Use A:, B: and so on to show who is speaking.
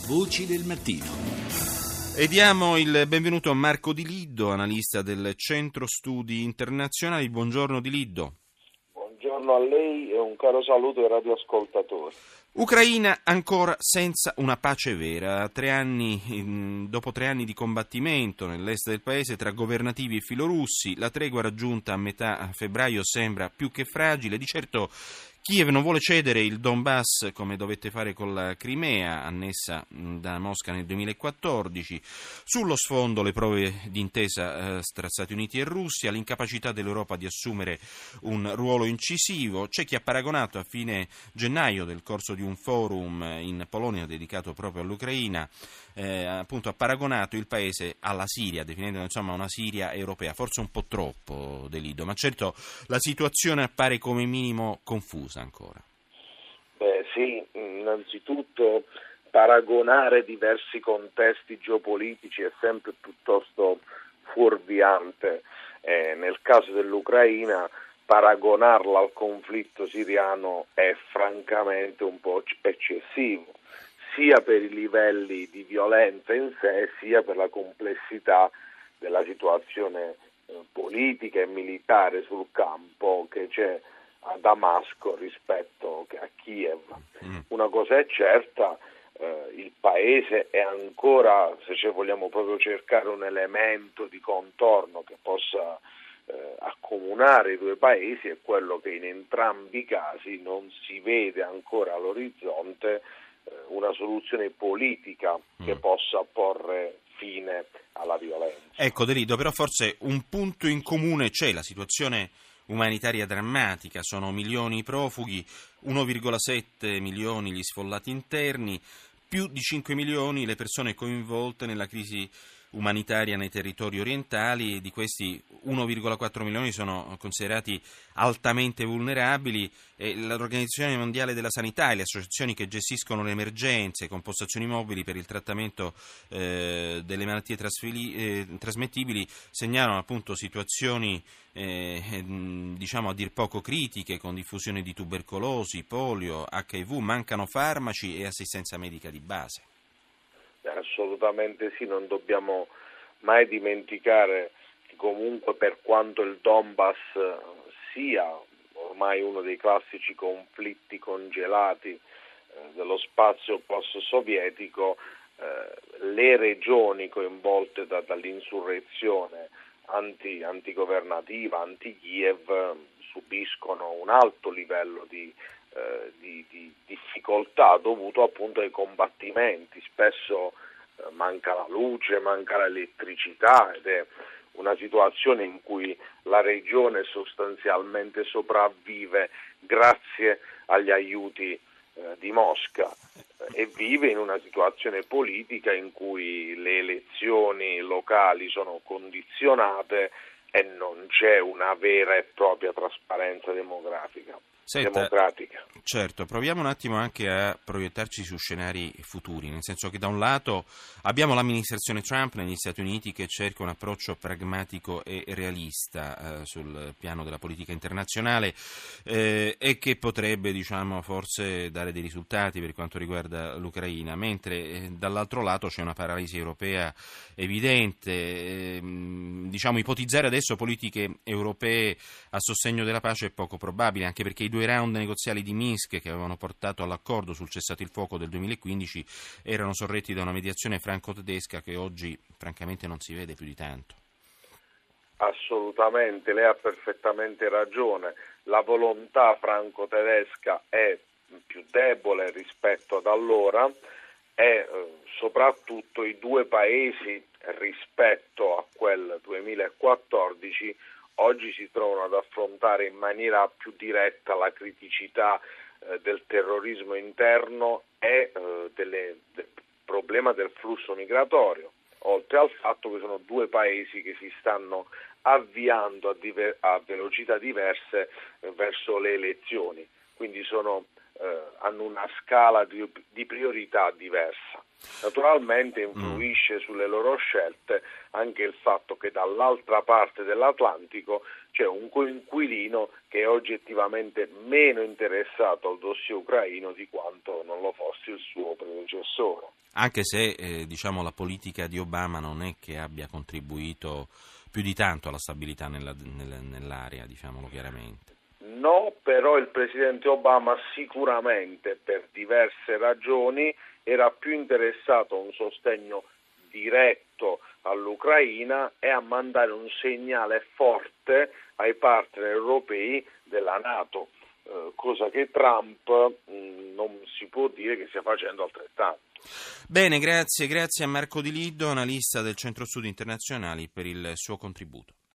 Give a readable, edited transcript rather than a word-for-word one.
A: Voci del mattino.
B: E diamo il benvenuto a Marco Di Liddo, analista del Centro Studi Internazionali. Buongiorno Di Liddo.
C: Buongiorno a lei e un caro saluto ai radioascoltatori.
B: Ucraina ancora senza una pace vera. Dopo 3 anni di combattimento nell'est del paese tra governativi e filorussi, la tregua raggiunta a metà febbraio sembra più che fragile. Di certo Kiev non vuole cedere il Donbass come dovette fare con la Crimea, annessa da Mosca nel 2014. Sullo sfondo le prove di intesa tra Stati Uniti e Russia, l'incapacità dell'Europa di assumere un ruolo incisivo. C'è chi ha paragonato a fine gennaio, del corso di un forum in Polonia dedicato proprio all'Ucraina, appunto ha paragonato il paese alla Siria, definendo insomma una Siria europea, forse un po' troppo, De Liddo, ma certo la situazione appare come minimo confusa ancora.
C: Beh sì, innanzitutto paragonare diversi contesti geopolitici è sempre piuttosto fuorviante. Nel caso dell'Ucraina paragonarla al conflitto siriano è francamente un po' eccessivo, sia per i livelli di violenza in sé, sia per la complessità della situazione politica e militare sul campo che c'è a Damasco rispetto a Kiev. Una cosa è certa, il paese è ancora, se vogliamo proprio cercare un elemento di contorno che possa accomunare i due paesi, è quello che in entrambi i casi non si vede ancora all'orizzonte una soluzione politica che possa porre fine alla violenza.
B: Ecco De Liddo, però forse un punto in comune c'è: la situazione umanitaria drammatica, sono milioni i profughi, 1,7 milioni gli sfollati interni, più di 5 milioni le persone coinvolte nella crisi umanitaria nei territori orientali, e di questi 1,4 milioni sono considerati altamente vulnerabili, e l'Organizzazione Mondiale della Sanità e le associazioni che gestiscono le emergenze con postazioni mobili per il trattamento delle malattie trasmettibili segnalano appunto situazioni diciamo a dir poco critiche, con diffusione di tubercolosi, polio, HIV, mancano farmaci e assistenza medica di base.
C: Assolutamente sì, non dobbiamo mai dimenticare che comunque, per quanto il Donbass sia ormai uno dei classici conflitti congelati dello spazio post-sovietico, le regioni coinvolte dall'insurrezione antigovernativa, anti-Kiev, subiscono un alto livello di difficoltà dovuto appunto ai combattimenti. Spesso manca la luce, manca l'elettricità, ed è una situazione in cui la regione sostanzialmente sopravvive grazie agli aiuti di Mosca, e vive in una situazione politica in cui le elezioni locali sono condizionate e non c'è una vera e propria trasparenza democratica.
B: Certo, proviamo un attimo anche a proiettarci su scenari futuri, nel senso che da un lato abbiamo l'amministrazione Trump negli Stati Uniti che cerca un approccio pragmatico e realista sul piano della politica internazionale e che potrebbe, diciamo, forse dare dei risultati per quanto riguarda l'Ucraina, mentre dall'altro lato c'è una paralisi europea evidente. Diciamo, ipotizzare adesso politiche europee a sostegno della pace è poco probabile, anche perché i 2 round negoziali di Minsk che avevano portato all'accordo sul cessate il fuoco del 2015 erano sorretti da una mediazione franco-tedesca che oggi francamente non si vede più di tanto.
C: Assolutamente, lei ha perfettamente ragione. La volontà franco-tedesca è più debole rispetto ad allora, e soprattutto i due paesi rispetto a quel 2014 oggi si trovano ad affrontare in maniera più diretta la criticità del terrorismo interno e del problema del flusso migratorio, oltre al fatto che sono due paesi che si stanno avviando a velocità diverse verso le elezioni, quindi hanno una scala di priorità diversa. Naturalmente influisce sulle loro scelte anche il fatto che dall'altra parte dell'Atlantico c'è un coinquilino che è oggettivamente meno interessato al dossier ucraino di quanto non lo fosse il suo predecessore.
B: Anche se diciamo la politica di Obama non è che abbia contribuito più di tanto alla stabilità nell'area, diciamolo chiaramente.
C: No, però il presidente Obama sicuramente per diverse ragioni era più interessato a un sostegno diretto all'Ucraina e a mandare un segnale forte ai partner europei della NATO, cosa che Trump non si può dire che stia facendo altrettanto.
B: Bene, grazie a Marco Di Liddo, analista del Centro Studi Internazionali, per il suo contributo.